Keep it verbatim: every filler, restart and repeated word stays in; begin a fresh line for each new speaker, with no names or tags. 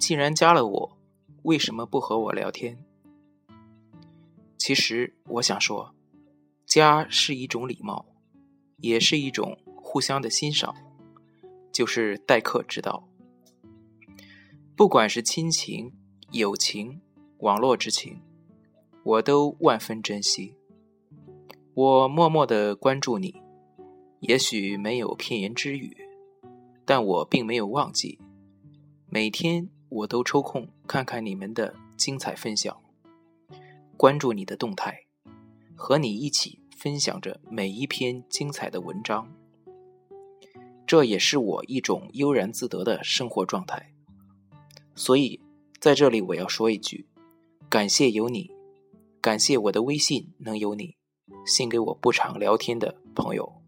既然加了我，为什么不和我聊天？其实我想说，加是一种礼貌，也是一种互相的欣赏，就是待客之道。不管是亲情、友情、网络之情，我都万分珍惜。我默默地关注你，也许没有片言之语，但我并没有忘记。每天我都抽空看看你们的精彩分享，关注你的动态，和你一起分享着每一篇精彩的文章。这也是我一种悠然自得的生活状态。所以在这里我要说一句，感谢有你，感谢我的微信能有你，信给我不常聊天的朋友。